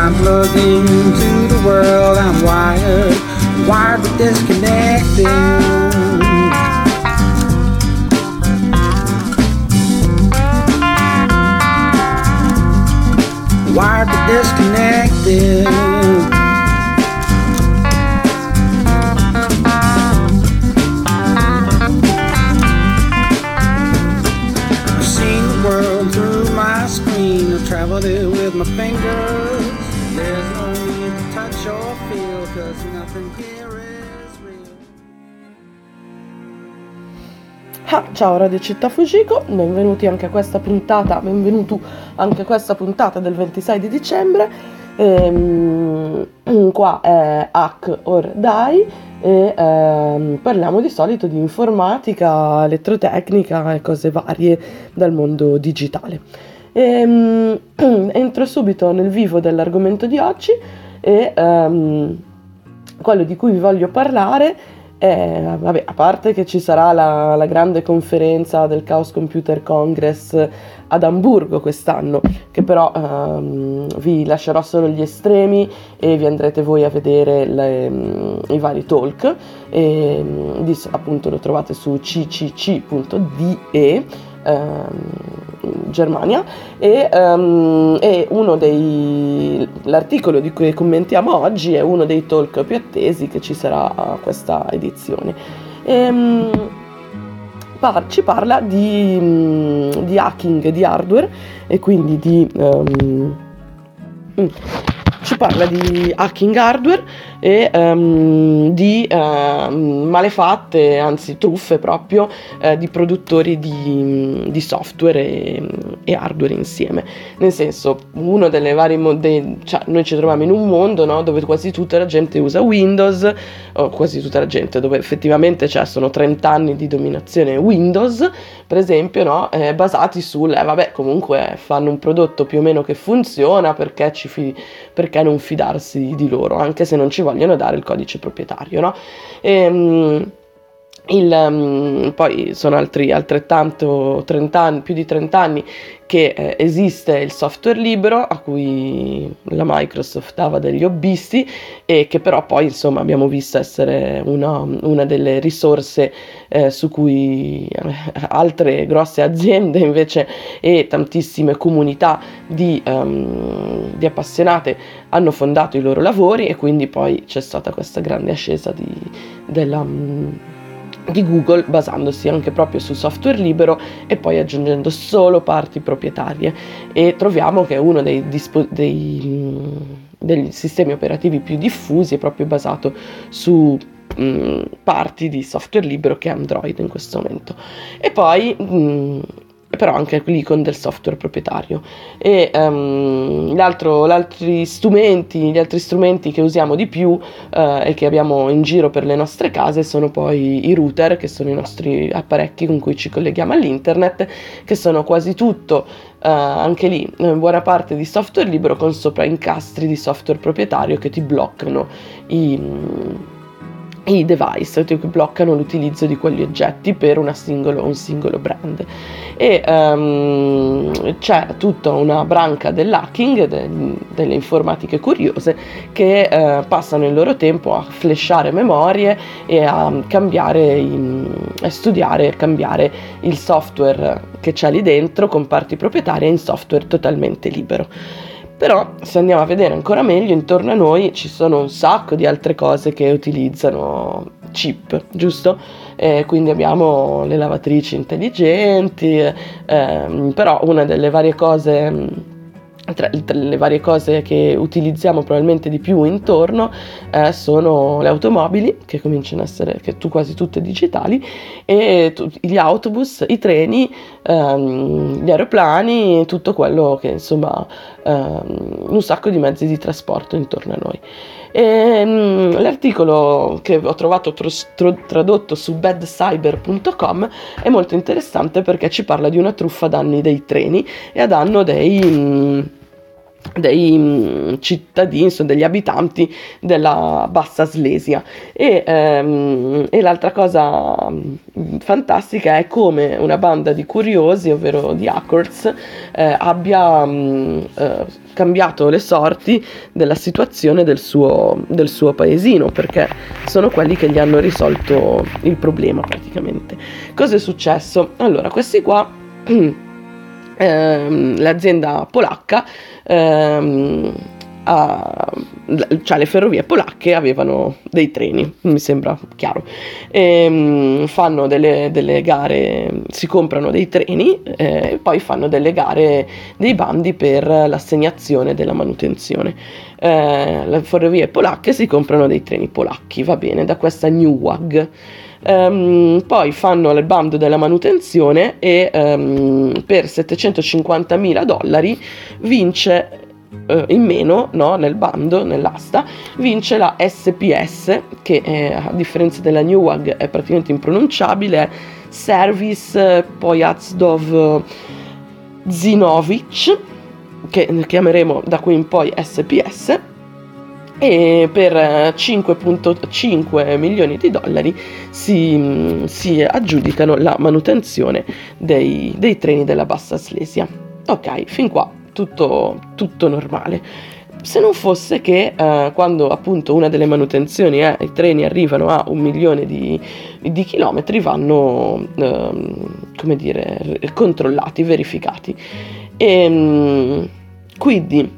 I'm plugged into the world, I'm wired but disconnected. Wired but disconnected. I've seen the world through my screen, I've traveled it with my fingers. There's no need to touch or feel, 'cause nothing here is real. Ciao Radio Città Fujiko, benvenuti anche a questa puntata, benvenuto anche a questa puntata del 26 di dicembre. Qua è Hack or Die e parliamo di solito di informatica, elettrotecnica e cose varie dal mondo digitale. Entro subito nel vivo dell'argomento di oggi e quello di cui vi voglio parlare vabbè, a parte che ci sarà la grande conferenza del Chaos Computer Congress ad Amburgo quest'anno, che però vi lascerò solo gli estremi e vi andrete voi a vedere i vari talk, appunto lo trovate su ccc.de Germania e l'articolo di cui commentiamo oggi è uno dei talk più attesi che ci sarà a questa edizione. Ci parla di hacking di hardware e quindi ci parla di hacking hardware e di malefatte, anzi truffe proprio, di produttori di software e hardware insieme. Nel senso, uno delle varie cioè noi ci troviamo in un mondo, no, dove quasi tutta la gente usa Windows, o quasi tutta la gente, dove effettivamente sono 30 anni di dominazione Windows, per esempio, no, basati vabbè, comunque fanno un prodotto più o meno che funziona, perché non fidarsi di loro, anche se non ci vogliono dare il codice proprietario, no? Poi sono altrettanto 30 anni, più di 30 anni che esiste il software libero, a cui la Microsoft dava degli hobbisti, e che però poi insomma abbiamo visto essere una delle risorse su cui altre grosse aziende invece e tantissime comunità di appassionate hanno fondato i loro lavori, e quindi poi c'è stata questa grande ascesa di Google, basandosi anche proprio sul software libero e poi aggiungendo solo parti proprietarie, e troviamo che uno degli sistemi operativi più diffusi è proprio basato su parti di software libero, che è Android in questo momento, e poi però anche lì con del software proprietario. E gli altri strumenti che usiamo di più e che abbiamo in giro per le nostre case sono poi i router, che sono i nostri apparecchi con cui ci colleghiamo all'internet, che sono quasi tutto anche lì buona parte di software libero, con sopra incastri di software proprietario che ti bloccano i device, che bloccano l'utilizzo di quegli oggetti per un singolo brand. E c'è tutta una branca dell'hacking, delle informatiche curiose, che passano il loro tempo a flashare memorie e a studiare e cambiare il software che c'è lì dentro con parti proprietarie in software totalmente libero. Però se andiamo a vedere ancora meglio, intorno a noi ci sono un sacco di altre cose che utilizzano chip, giusto? Quindi abbiamo le lavatrici intelligenti, però una delle varie cose, tra le varie cose che utilizziamo probabilmente di più intorno, sono le automobili, che cominciano a essere quasi tutte digitali, e gli autobus, i treni, gli aeroplani, tutto quello che insomma un sacco di mezzi di trasporto intorno a noi. L'articolo che ho trovato tradotto su badcyber.com è molto interessante, perché ci parla di una truffa a danni dei treni e a danno cittadini, insomma, degli abitanti della Bassa Slesia. E l'altra cosa fantastica è come una banda di curiosi, ovvero di hackers, abbia cambiato le sorti della situazione del suo paesino, perché sono quelli che gli hanno risolto il problema praticamente. Cosa è successo? Allora, questi qua l'azienda polacca, cioè le ferrovie polacche avevano dei treni, mi sembra chiaro, fanno delle gare, si comprano dei treni e poi fanno delle gare, dei bandi per l'assegnazione della manutenzione. Le ferrovie polacche si comprano dei treni polacchi, va bene, da questa Newag. Poi fanno il bando della manutenzione e per $750.000 vince, in meno, no, nel bando, nell'asta, vince la SPS, che a differenza della Newag è praticamente impronunciabile, è Service Pojazdów Zinovic, che chiameremo da qui in poi SPS, e per $5.5 milioni si aggiudicano la manutenzione dei treni della Bassa Slesia. Ok, fin qua tutto normale. Se non fosse che quando appunto una delle manutenzioni i treni arrivano a 1 milione di chilometri, vanno come dire, controllati, verificati, e quindi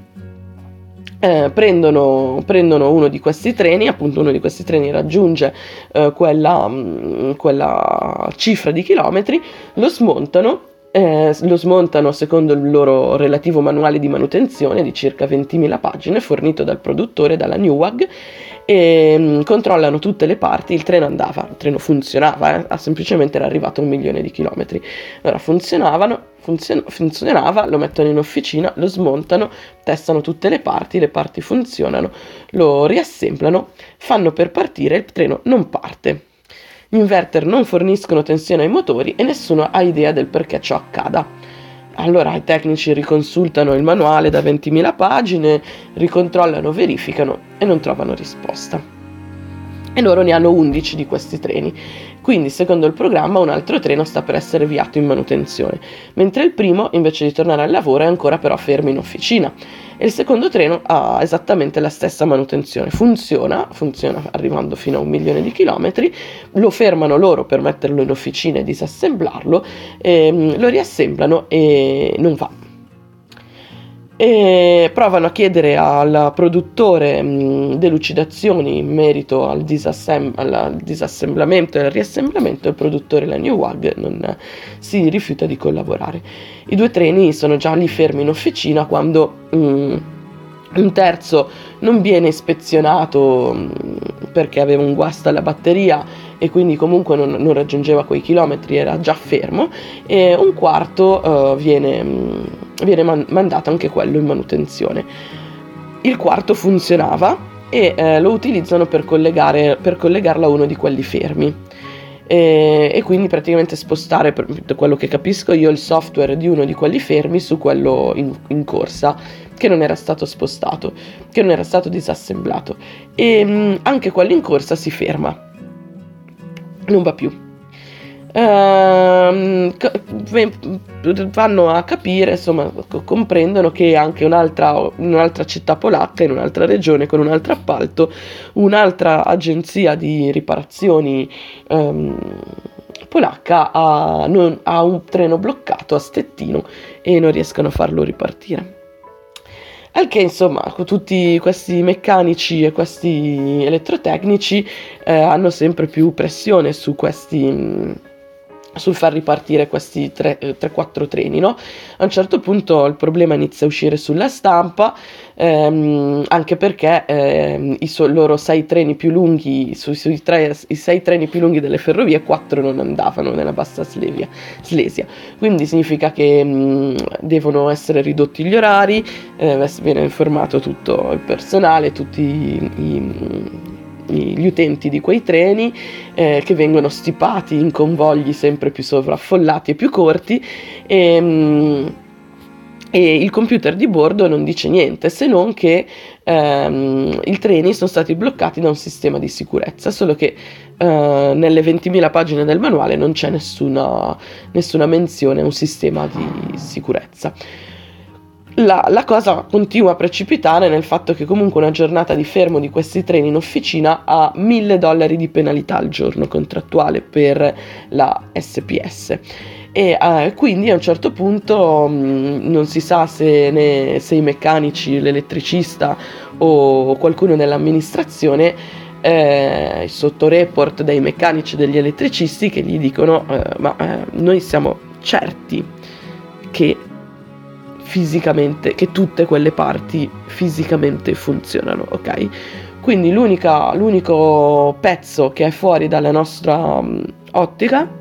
prendono uno di questi treni, appunto uno di questi treni raggiunge quella cifra di chilometri, lo smontano secondo il loro relativo manuale di manutenzione di circa 20.000 pagine fornito dal produttore, dalla Newag, e controllano tutte le parti. Il treno funzionava, semplicemente era arrivato a 1 milione di chilometri. Allora funzionava, lo mettono in officina, lo smontano, testano tutte le parti funzionano, lo riassemblano, fanno per partire, il treno non parte. Gli inverter non forniscono tensione ai motori e nessuno ha idea del perché ciò accada. Allora i tecnici riconsultano il manuale da 20.000 pagine, ricontrollano, verificano e non trovano risposta. E loro ne hanno 11 di questi treni. Quindi, secondo il programma, un altro treno sta per essere avviato in manutenzione, mentre il primo, invece di tornare al lavoro, è ancora però fermo in officina. E il secondo treno ha esattamente la stessa manutenzione. Funziona arrivando fino a 1 milione di chilometri, lo fermano loro per metterlo in officina e disassemblarlo, lo riassemblano e non va. E provano a chiedere al produttore delucidazioni in merito al disassemblamento e al riassemblamento. Il produttore, la Newag, non si rifiuta di collaborare. I 2 treni sono già lì fermi in officina quando un terzo non viene ispezionato perché aveva un guasto alla batteria e quindi comunque non raggiungeva quei chilometri, era già fermo, e un quarto viene mandato anche quello in manutenzione. Il quarto funzionava e lo utilizzano per collegarlo a uno di quelli fermi. E quindi praticamente spostare, per quello che capisco io, il software di uno di quelli fermi su quello in corsa, che non era stato spostato, che non era stato disassemblato, e anche quello in corsa si ferma, non va più. Vanno a capire, insomma, comprendono che anche in un'altra città polacca, in un'altra regione, con un altro appalto, un'altra agenzia di riparazioni polacca ha un treno bloccato a Stettino e non riescono a farlo ripartire. Al che, insomma, tutti questi meccanici e questi elettrotecnici hanno sempre più pressione sul far ripartire questi 3-4 treni, no? A un certo punto il problema inizia a uscire sulla stampa, anche perché i loro 6 treni più lunghi, i 6 treni più lunghi delle ferrovie, 4 non andavano nella Bassa Slesia. Quindi significa che devono essere ridotti gli orari, viene informato tutto il personale, tutti gli utenti di quei treni, che vengono stipati in convogli sempre più sovraffollati e più corti, e e il computer di bordo non dice niente, se non che i treni sono stati bloccati da un sistema di sicurezza, solo che nelle 20.000 pagine del manuale non c'è nessuna menzione a un sistema di sicurezza. La cosa continua a precipitare nel fatto che comunque una giornata di fermo di questi treni in officina ha $1.000 di penalità al giorno contrattuale per la SPS. E quindi a un certo punto non si sa se i meccanici, l'elettricista o qualcuno dell'amministrazione, sotto report dei meccanici e degli elettricisti, che gli dicono noi siamo certi che fisicamente, che tutte quelle parti fisicamente funzionano, ok? Quindi l'unico pezzo che è fuori dalla nostra ottica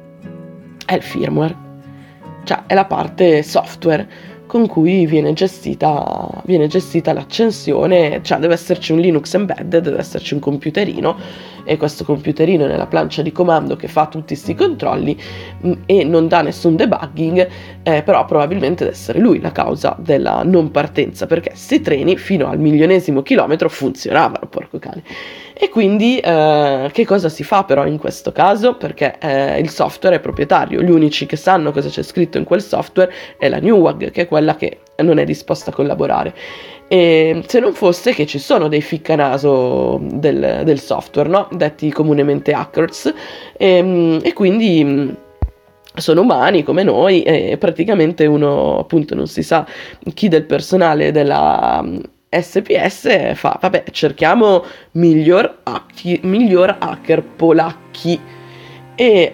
è il firmware, cioè è la parte software con cui viene gestita l'accensione, cioè deve esserci un Linux embedded, deve esserci un computerino, e questo computerino nella plancia di comando che fa tutti sti controlli e non dà nessun debugging, però probabilmente deve essere lui la causa della non partenza, perché sti treni fino al 1.000.000° chilometro funzionavano, porco cane. E quindi che cosa si fa però in questo caso? Perché il software è proprietario, gli unici che sanno cosa c'è scritto in quel software è la Newag, che è quella che non è disposta a collaborare. E se non fosse che ci sono dei ficcanaso del software, no? Detti comunemente hackers, e quindi sono umani come noi, e praticamente uno, appunto, non si sa chi del personale della SPS fa, vabbè, cerchiamo miglior hacker polacchi. E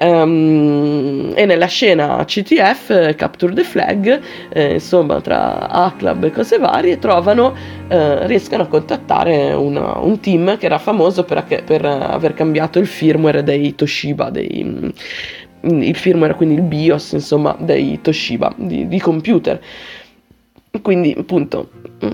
nella scena CTF, Capture the Flag, insomma, tra A-Club e cose varie, riescono a contattare un team che era famoso per aver cambiato il firmware dei Toshiba, il firmware, quindi il BIOS, insomma, dei Toshiba, di computer. Quindi, appunto,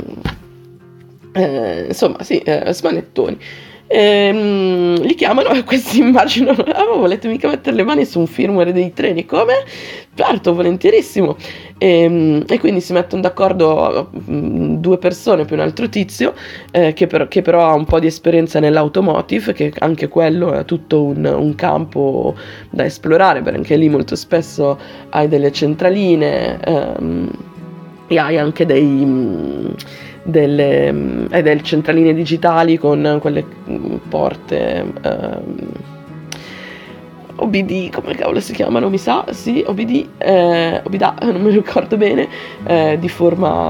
insomma, sì, smanettoni. Li chiamano e questi immaginano: volete mica mettere le mani su un firmware dei treni? Come? Certo, volentierissimo. E quindi si mettono d'accordo due persone più un altro tizio, che però ha un po' di esperienza nell'automotive, che anche quello è tutto un campo da esplorare, perché anche lì molto spesso hai delle centraline, e hai anche delle centraline digitali con quelle porte OBD, come cavolo si chiamano, mi sa, sì, OBD, OBDA, non mi ricordo bene, di forma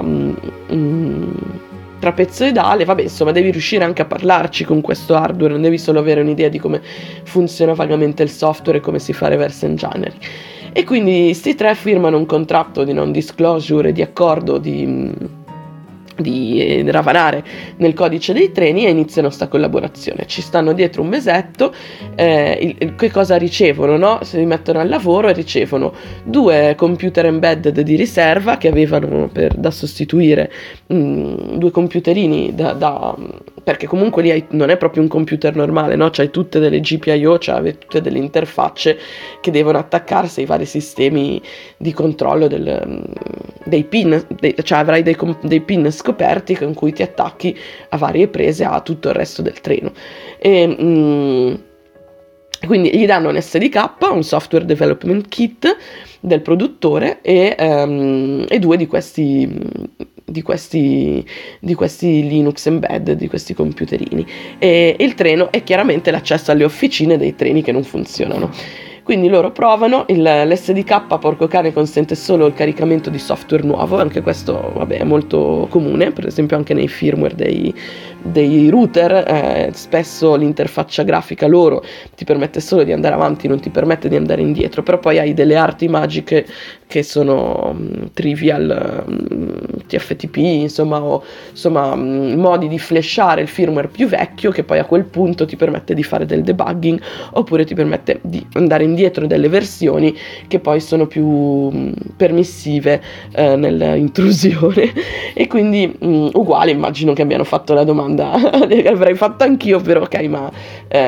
trapezoidale. Vabbè, insomma, devi riuscire anche a parlarci con questo hardware, non devi solo avere un'idea di come funziona vagamente il software e come si fa reverse engineering. E quindi sti tre firmano un contratto di non disclosure, di accordo di ravanare nel codice dei treni, e iniziano sta collaborazione. Ci stanno dietro un mesetto. Che cosa ricevono, no? Si mettono al lavoro e ricevono 2 computer embedded di riserva che avevano da sostituire 2 computerini perché comunque lì non è proprio un computer normale, no? C'hai tutte delle GPIO, c'hai tutte delle interfacce che devono attaccarsi ai vari sistemi di controllo dei pin, cioè avrai dei pin scoperti con cui ti attacchi a varie prese, a tutto il resto del treno. E quindi gli danno un SDK, un software development kit del produttore, e 2 di questi Linux embedded, di questi computerini, e il treno è chiaramente l'accesso alle officine dei treni che non funzionano. Quindi loro provano, l'SDK, porco cane, consente solo il caricamento di software nuovo, anche questo, vabbè, è molto comune, per esempio anche nei firmware dei router, spesso l'interfaccia grafica loro ti permette solo di andare avanti, non ti permette di andare indietro, però poi hai delle arti magiche che sono trivial, TFTP, insomma, modi di flashare il firmware più vecchio, che poi a quel punto ti permette di fare del debugging, oppure ti permette di andare indietro delle versioni che poi sono più permissive nell'intrusione. E quindi uguale, immagino che abbiano fatto la domanda che avrei fatto anch'io, però ok, ma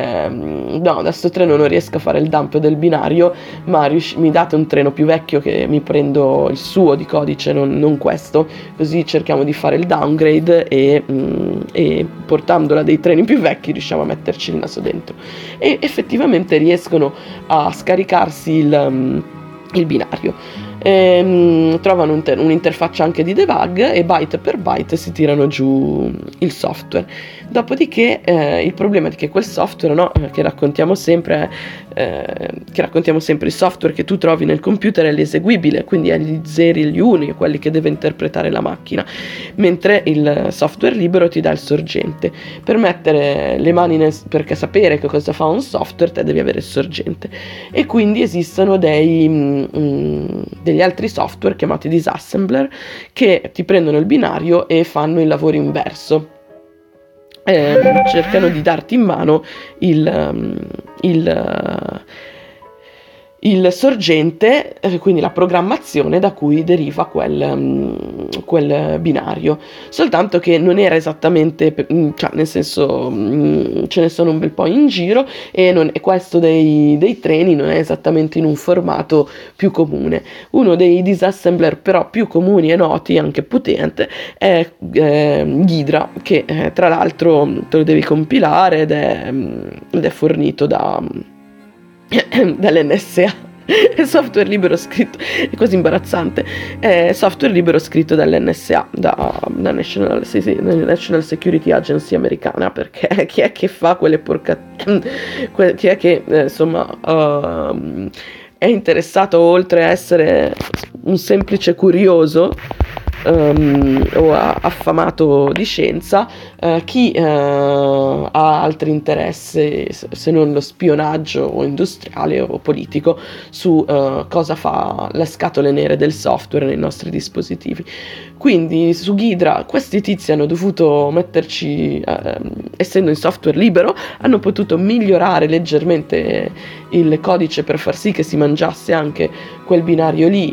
no, da sto treno non riesco a fare il dump del binario, ma mi date un treno più vecchio che mi mi prendo il suo di codice, non questo, così cerchiamo di fare il downgrade e portandola dei treni più vecchi riusciamo a metterci il naso dentro. E effettivamente riescono a scaricarsi il binario. Trovano un'interfaccia anche di debug e byte per byte si tirano giù il software. Dopodiché il problema è che quel software, no, che raccontiamo sempre, il software che tu trovi nel computer è l'eseguibile, quindi è gli zeri e gli uni, quelli che deve interpretare la macchina, mentre il software libero ti dà il sorgente. Per mettere le mani perché sapere che cosa fa un software te devi avere il sorgente, e quindi esistono degli altri software chiamati disassembler che ti prendono il binario e fanno il lavoro inverso. Cercano di darti in mano il sorgente, quindi la programmazione da cui deriva quel binario, soltanto che non era esattamente, cioè nel senso ce ne sono un bel po' in giro e questo dei treni non è esattamente in un formato più comune. Uno dei disassembler però più comuni e noti, anche potente, è Ghidra, che tra l'altro te lo devi compilare ed è fornito dall'NSA. È software libero scritto, è quasi imbarazzante, è software libero scritto dall'NSA, da National Security Agency americana, perché chi è che fa quelle chi è che è interessato, oltre a essere un semplice curioso o affamato di scienza, chi ha altri interessi se non lo spionaggio o industriale o politico su cosa fa le scatole nere del software nei nostri dispositivi. Quindi su Ghidra questi tizi hanno dovuto metterci, essendo in software libero, hanno potuto migliorare leggermente il codice per far sì che si mangiasse anche quel binario lì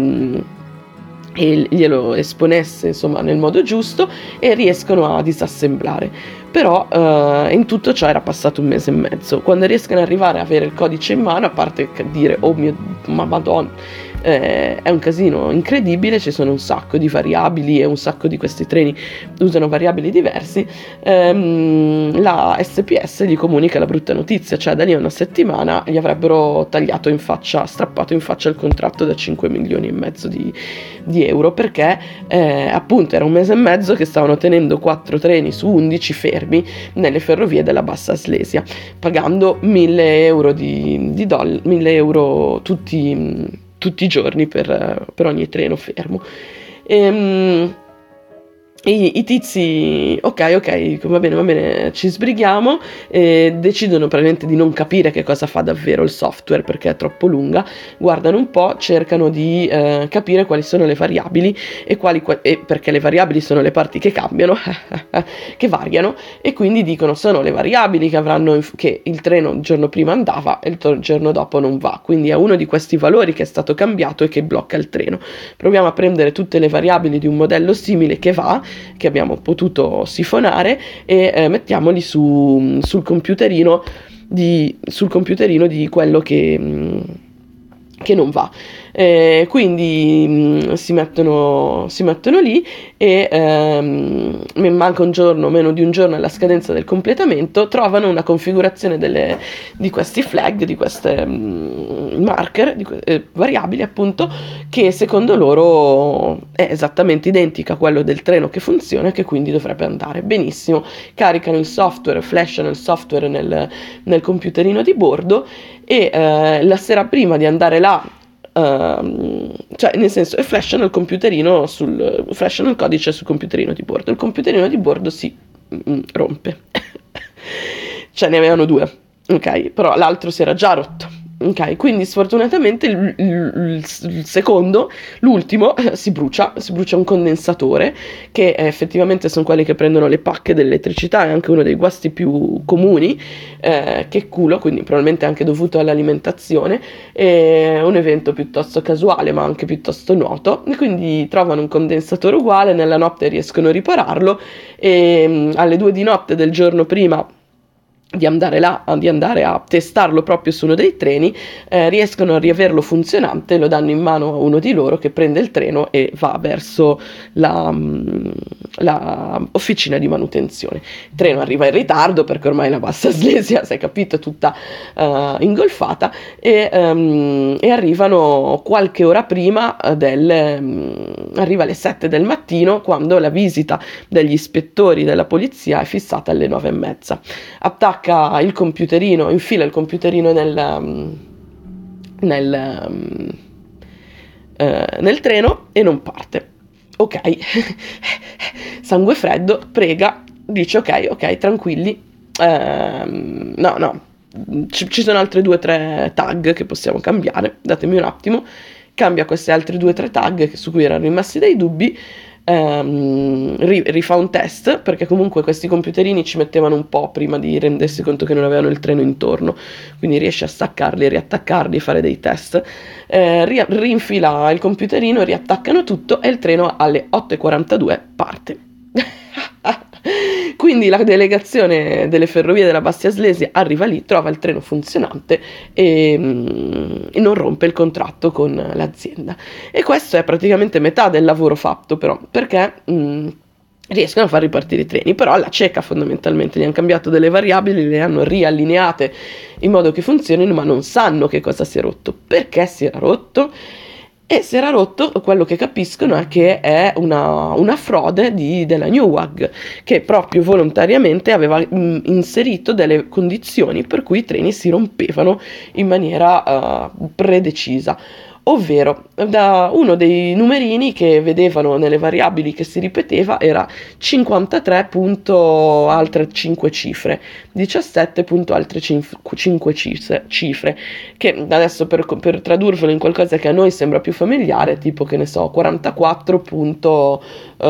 e glielo esponesse insomma nel modo giusto, e riescono a disassemblare. Però in tutto ciò era passato 1 mese e mezzo. Quando riescono ad arrivare a avere il codice in mano, a parte che dire oh mio, ma madonna, è un casino incredibile, ci sono un sacco di variabili e un sacco di questi treni usano variabili diversi. La SPS gli comunica la brutta notizia, cioè da lì a 1 settimana gli avrebbero strappato in faccia il contratto da 5 milioni e mezzo di euro, perché appunto era 1 mese e mezzo che stavano tenendo 4 treni su 11 fermi nelle ferrovie della Bassa Slesia, pagando 1.000 euro 1.000 euro tutti i giorni per ogni treno fermo. I tizi, ok, va bene, ci sbrighiamo, decidono praticamente di non capire che cosa fa davvero il software perché è troppo lunga, guardano un po', cercano di capire quali sono le variabili e perché le variabili sono le parti che cambiano, che variano, e quindi dicono sono le variabili che il treno il giorno prima andava e il giorno dopo non va, quindi è uno di questi valori che è stato cambiato e che blocca il treno. Proviamo a prendere tutte le variabili di un modello simile che va, che abbiamo potuto sifonare, e mettiamoli sul computerino di quello che non va. Quindi si mettono lì e manca meno di un giorno alla scadenza del completamento, trovano una configurazione di questi flag, di queste marker, variabili appunto, che secondo loro è esattamente identica a quello del treno che funziona e che quindi dovrebbe andare benissimo. Caricano il software, flashano il software nel computerino di bordo e la sera prima di andare là, cioè nel senso, flashano il codice sul computerino di bordo. Il computerino di bordo si rompe. Cioè ne avevano 2, ok, però l'altro si era già rotto. Ok, quindi sfortunatamente il secondo, l'ultimo, si brucia un condensatore, che effettivamente sono quelli che prendono le pacche dell'elettricità, è anche uno dei guasti più comuni, che culo, quindi probabilmente anche dovuto all'alimentazione. È un evento piuttosto casuale ma anche piuttosto noto, e quindi trovano un condensatore uguale, nella notte riescono a ripararlo e alle 2 di notte del giorno prima di andare a testarlo proprio su uno dei treni, riescono a riaverlo funzionante, lo danno in mano a uno di loro che prende il treno e va verso la officina di manutenzione. Il treno arriva in ritardo perché ormai la Bassa Slesia, si è capito, è tutta ingolfata, e arrivano qualche ora prima arriva alle 7 del mattino, quando la visita degli ispettori della polizia è fissata alle 9:30. Attacca il computerino, infila il computerino nel treno e non parte. Ok, sangue freddo, prega, dice ok, tranquilli, no, ci sono altre 2 o 3 tag che possiamo cambiare, datemi un attimo. Cambia queste altre 2 o 3 tag su cui erano rimasti dei dubbi, rifà un test, perché comunque questi computerini ci mettevano un po' prima di rendersi conto che non avevano il treno intorno, quindi riesce a staccarli, riattaccarli, fare dei test, rinfila il computerino, riattaccano tutto e il treno alle 8:42 parte. Quindi la delegazione delle ferrovie della Bastia Slesia arriva lì, trova il treno funzionante e non rompe il contratto con l'azienda. E questo è praticamente metà del lavoro fatto, però, perché riescono a far ripartire i treni, però alla cieca fondamentalmente. Gli hanno cambiato delle variabili, le hanno riallineate in modo che funzionino, ma non sanno che cosa si è rotto. Perché si era rotto? E si era rotto, quello che capiscono è che è una frode della Newag, che proprio volontariamente aveva inserito delle condizioni per cui i treni si rompevano in maniera predecisa. Ovvero, da uno dei numerini che vedevano nelle variabili che si ripeteva era 53 punto altre 5 cifre, 17 punto altre 5 cifre, che adesso per tradurvelo in qualcosa che a noi sembra più familiare, tipo, che ne so, 44 punto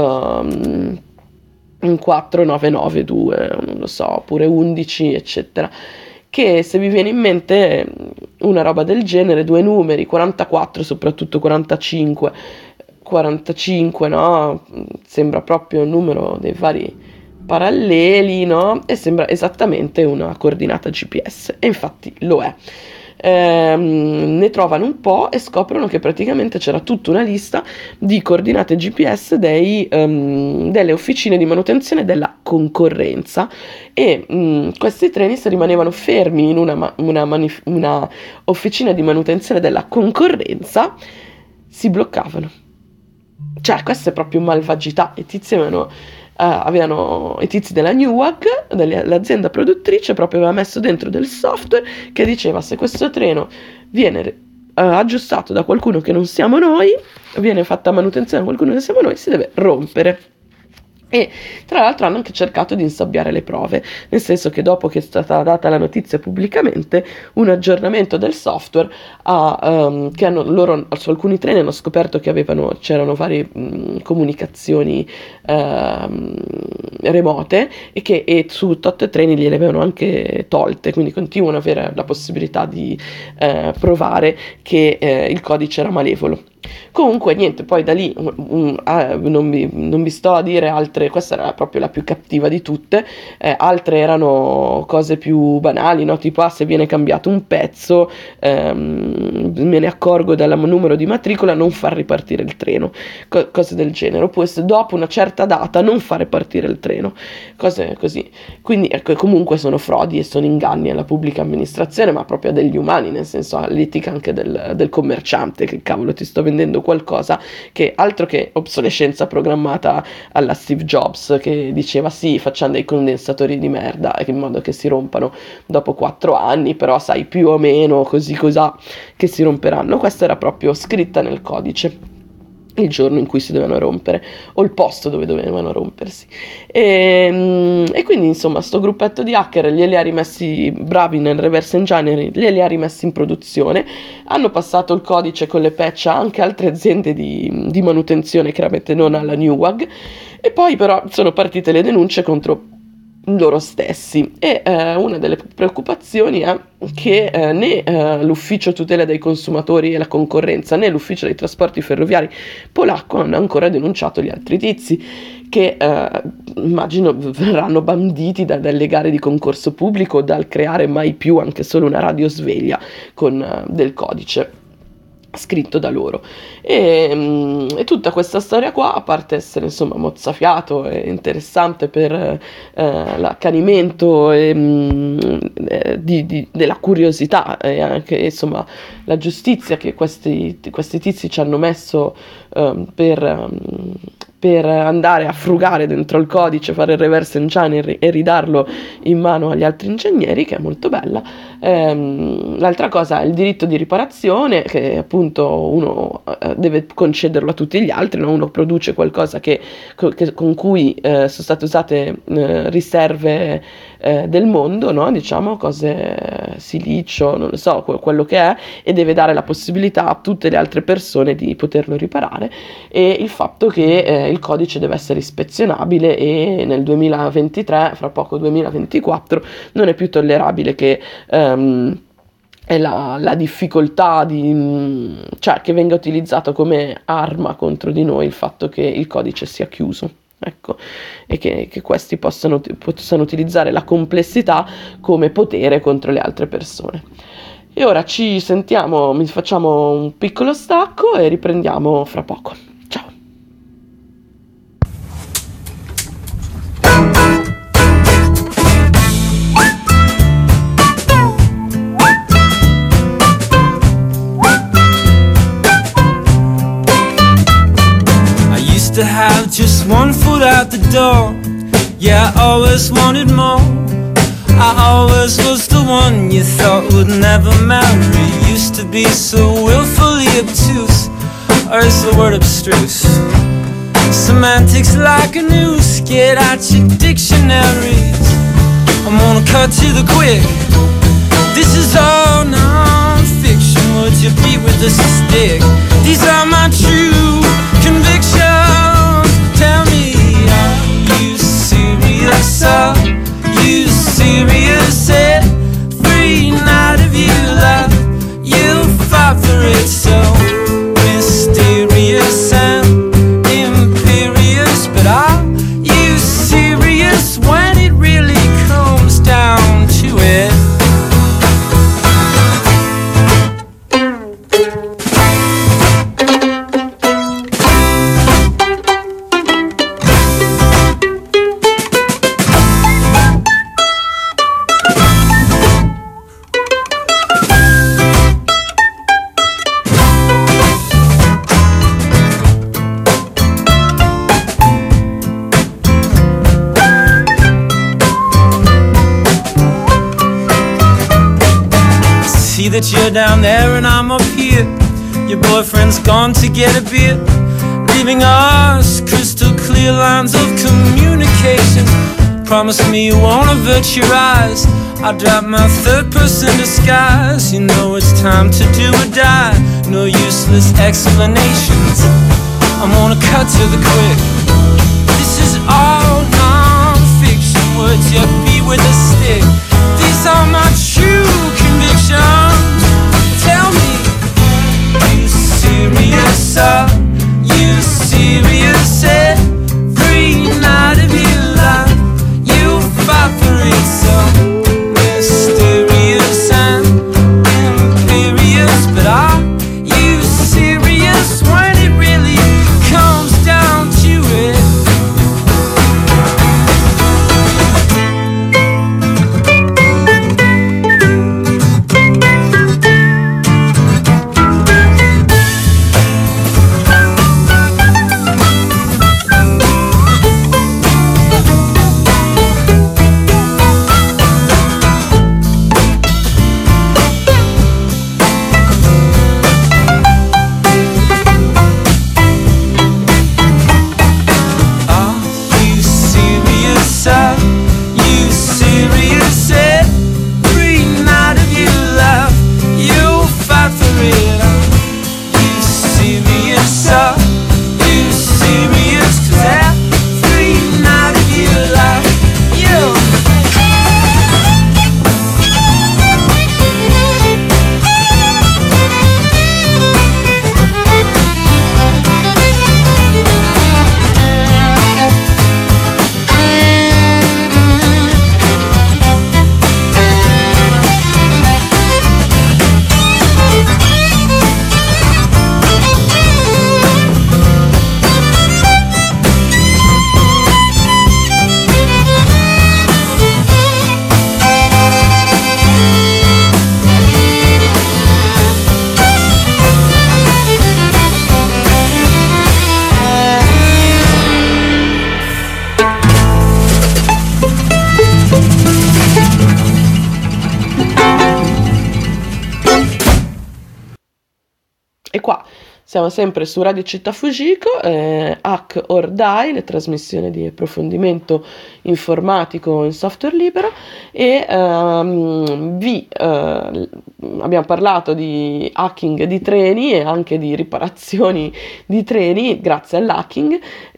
4992, non lo so, oppure 11, eccetera. Che se vi viene in mente una roba del genere, 2 numeri, 44, soprattutto 45, no? Sembra proprio il numero dei vari paralleli, no? E sembra esattamente una coordinata GPS, e infatti lo è. Ne trovano un po' e scoprono che praticamente c'era tutta una lista di coordinate GPS delle officine di manutenzione della concorrenza, e questi treni, se rimanevano fermi in una officina di manutenzione della concorrenza, si bloccavano. Cioè, questa è proprio malvagità. I tizi i tizi della Newag, l'azienda produttrice, proprio aveva messo dentro del software che diceva: se questo treno viene aggiustato da qualcuno che non siamo noi, viene fatta manutenzione da qualcuno che siamo noi, si deve rompere. E tra l'altro hanno anche cercato di insabbiare le prove, nel senso che dopo che è stata data la notizia pubblicamente, un aggiornamento del software che loro su alcuni treni hanno scoperto che c'erano varie comunicazioni remote, e su 8 treni gliele avevano anche tolte, quindi continuano ad avere la possibilità di provare che il codice era malevolo. Comunque niente, poi da lì non vi sto a dire altre, questa era proprio la più cattiva di tutte, altre erano cose più banali, no? Tipo, se viene cambiato un pezzo, me ne accorgo dal numero di matricola, non far ripartire il treno, cose del genere, oppure se dopo una certa data non fare partire il treno, cose così. Quindi comunque sono frodi e sono inganni alla pubblica amministrazione, ma proprio degli umani, nel senso all'etica anche del commerciante, che cavolo, ti sto vendendo qualcosa che altro che obsolescenza programmata alla Steve Jobs, che diceva sì, facciamo dei condensatori di merda in modo che si rompano dopo 4 anni, però sai, più o meno così cos'ha che si romperanno. Questa era proprio scritta nel codice, il giorno in cui si dovevano rompere, o il posto dove dovevano rompersi, e quindi insomma sto gruppetto di hacker glieli ha rimessi, bravi nel reverse engineering, glieli ha rimessi in produzione, hanno passato il codice con le patch a anche altre aziende di manutenzione, chiaramente non alla Newag, e poi però sono partite le denunce contro loro stessi. E una delle preoccupazioni è che né l'ufficio tutela dei consumatori e la concorrenza né l'ufficio dei trasporti ferroviari polacco hanno ancora denunciato gli altri tizi che immagino verranno banditi dalle gare di concorso pubblico, dal creare mai più anche solo una radiosveglia con del codice scritto da loro. E tutta questa storia qua, a parte essere insomma mozzafiato e interessante per l'accanimento della curiosità e anche insomma la giustizia che questi tizi ci hanno messo per andare a frugare dentro il codice, fare il reverse engineering e ridarlo in mano agli altri ingegneri, che è molto bella. L'altra cosa è il diritto di riparazione, che appunto uno deve concederlo a tutti gli altri, no? Uno produce qualcosa con cui sono state usate riserve del mondo, no? Diciamo cose, silicio, non lo so, quello che è, e deve dare la possibilità a tutte le altre persone di poterlo riparare. E il fatto che il codice deve essere ispezionabile, e nel 2023, fra poco 2024, non è più tollerabile che è la difficoltà cioè che venga utilizzato come arma contro di noi il fatto che il codice sia chiuso. Ecco, e che questi possano utilizzare la complessità come potere contro le altre persone. E ora ci sentiamo, facciamo un piccolo stacco e riprendiamo fra poco. Ciao! To have just one foot out the door. Yeah, I always wanted more. I always was the one you thought would never marry. Used to be so willfully obtuse, or is the word abstruse? Semantics like a noose, get out your dictionaries. I'm gonna cut to the quick. This is all non-fiction. Would you be with a stick? These are my true convictions. Tell me, are you serious? Are you serious? Every night of your life you fight for it, so mysterious and imperious. But are you serious when it really comes down to it? That you're down there and I'm up here. Your boyfriend's gone to get a beer, leaving us crystal clear lines of communication. Promise me you won't avert your eyes. I'll drop my third person disguise. You know it's time to do or die. No useless explanations. I'm gonna cut to the quick. This is all non-fiction. Would you be with a stick? These are my true convictions. Tell me, you serious? Are you serious? Every night of your life you fight for it, so mysterious and imperious. But are you serious when it really comes down to it? E qua siamo sempre su Radio Città Fujiko, Hack or Die, le trasmissioni di approfondimento informatico in software libero, e abbiamo parlato di hacking di treni e anche di riparazioni di treni grazie all'hacking,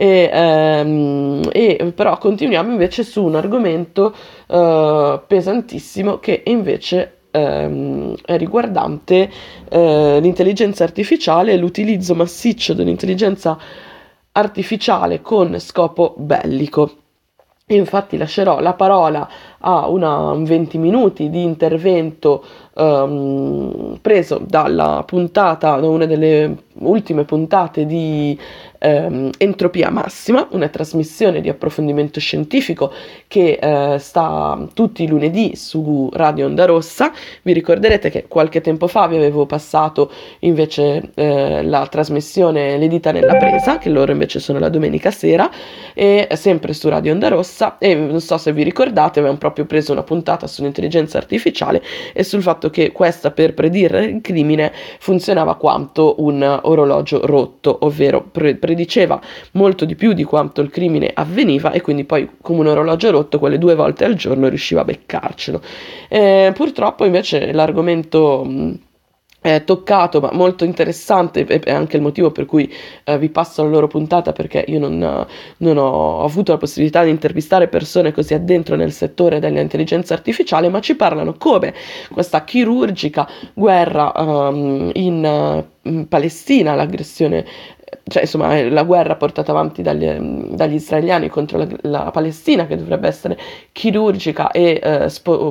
e però continuiamo invece su un argomento pesantissimo che invece è riguardante l'intelligenza artificiale e l'utilizzo massiccio dell'intelligenza artificiale con scopo bellico. Infatti lascerò la parola a un 20 minuti di intervento preso dalla puntata, da una delle ultime puntate di Entropia Massima, una trasmissione di approfondimento scientifico che sta tutti i lunedì su Radio Onda Rossa. Vi ricorderete che qualche tempo fa vi avevo passato invece la trasmissione Le dita nella presa, che loro invece sono la domenica sera, e sempre su Radio Onda Rossa, e non so se vi ricordate, avevamo proprio preso una puntata sull'intelligenza artificiale e sul fatto che questa, per predire il crimine, funzionava quanto un orologio rotto, ovvero prediceva molto di più di quanto il crimine avveniva, e quindi poi, come un orologio rotto, quelle 2 volte al giorno riusciva a beccarcelo. Purtroppo invece l'argomento toccato, ma molto interessante, è anche il motivo per cui vi passo la loro puntata, perché io non ho avuto la possibilità di intervistare persone così addentro nel settore dell'intelligenza artificiale, ma ci parlano come questa chirurgica guerra in Palestina, l'aggressione, cioè insomma la guerra portata avanti dagli israeliani contro la Palestina, che dovrebbe essere chirurgica e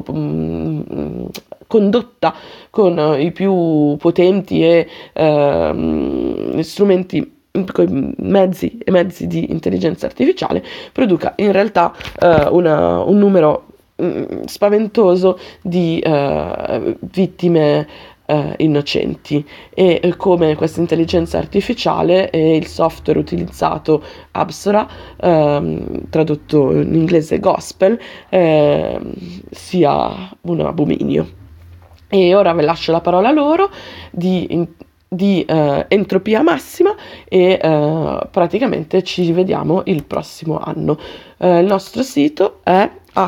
condotta con i più potenti e strumenti, mezzi di intelligenza artificiale, produca in realtà un numero spaventoso di vittime innocenti, e come questa intelligenza artificiale e il software utilizzato, Apsara, tradotto in inglese Gospel, sia un abominio. E ora vi lascio la parola a loro di Entropia Massima, e praticamente ci vediamo il prossimo anno. Il nostro sito è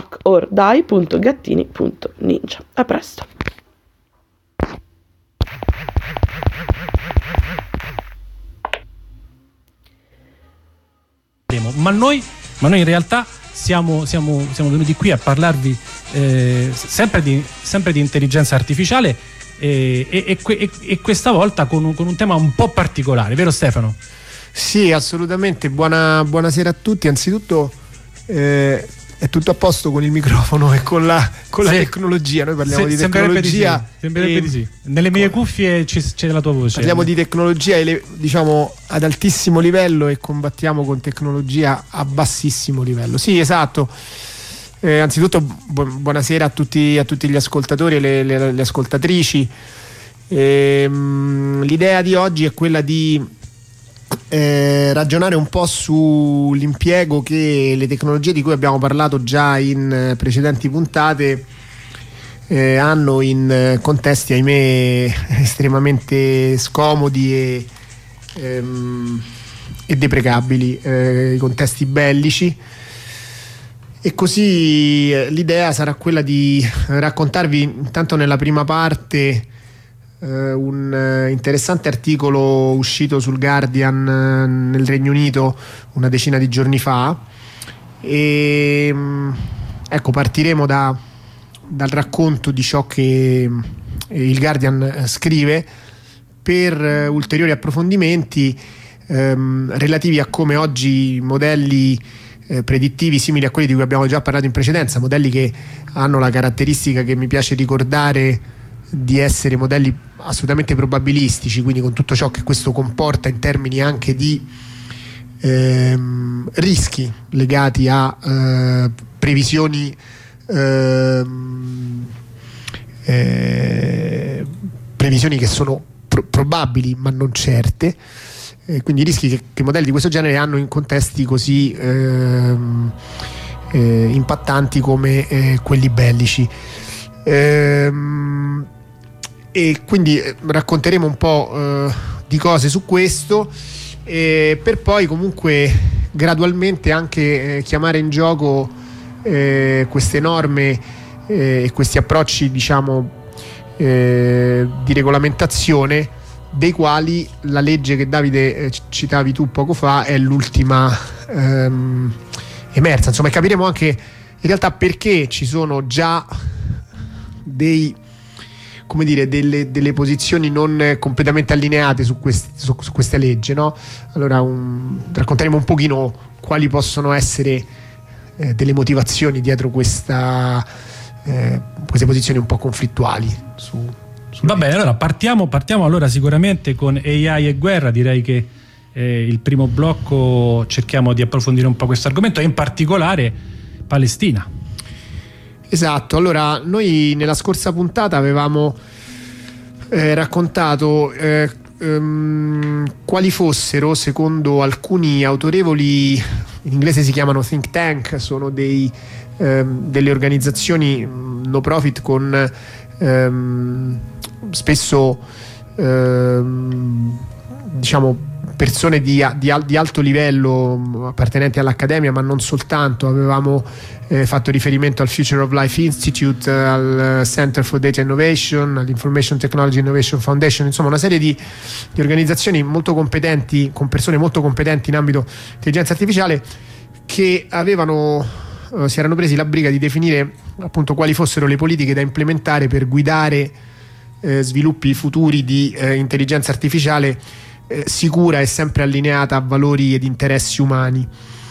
hackordie.gattini.ninja. A presto. Ma noi in realtà siamo venuti qui a parlarvi sempre di intelligenza artificiale, e questa volta con un tema un po' particolare, vero Stefano? Sì, assolutamente. Buonasera a tutti. Anzitutto è tutto a posto con il microfono e con la tecnologia. Noi parliamo di tecnologia. Sembrerebbe di sì. Nelle mie cuffie c'è la tua voce. Parliamo di tecnologia, diciamo, ad altissimo livello, e combattiamo con tecnologia a bassissimo livello. Sì, esatto. Anzitutto buonasera a tutti gli ascoltatori e le ascoltatrici. L'idea di oggi è quella di ragionare un po' sull'impiego che le tecnologie di cui abbiamo parlato già in precedenti puntate hanno in contesti, ahimè, estremamente scomodi e deprecabili, i contesti bellici. E così l'idea sarà quella di raccontarvi, intanto nella prima parte, un interessante articolo uscito sul Guardian nel Regno Unito una decina di giorni fa, e ecco, partiremo dal racconto di ciò che il Guardian scrive, per ulteriori approfondimenti relativi a come oggi modelli predittivi simili a quelli di cui abbiamo già parlato in precedenza, modelli che hanno la caratteristica che mi piace ricordare di essere modelli assolutamente probabilistici, quindi con tutto ciò che questo comporta in termini anche di rischi legati a previsioni che sono probabili ma non certe, quindi rischi che modelli di questo genere hanno in contesti così impattanti come quelli bellici. E quindi racconteremo un po' di cose su questo, per poi comunque gradualmente anche chiamare in gioco queste norme e questi approcci, diciamo, di regolamentazione, dei quali la legge che Davide citavi tu poco fa è l'ultima emersa. Insomma, capiremo anche in realtà perché ci sono già delle posizioni non completamente allineate su questa legge, no? Allora racconteremo un pochino quali possono essere delle motivazioni dietro queste posizioni un po' conflittuali Va bene, allora partiamo allora sicuramente con AI e guerra. Direi che il primo blocco cerchiamo di approfondire un po' questo argomento, e in particolare Palestina. Esatto, allora noi nella scorsa puntata avevamo raccontato quali fossero, secondo alcuni autorevoli, in inglese si chiamano think tank, sono delle organizzazioni no profit con spesso diciamo persone di alto livello appartenenti all'accademia, ma non soltanto. Avevamo fatto riferimento al Future of Life Institute, al Center for Data Innovation, all'Information Technology Innovation Foundation, insomma una serie di organizzazioni molto competenti, con persone molto competenti in ambito intelligenza artificiale, che si erano presi la briga di definire appunto quali fossero le politiche da implementare per guidare sviluppi futuri di intelligenza artificiale sicura e sempre allineata a valori ed interessi umani.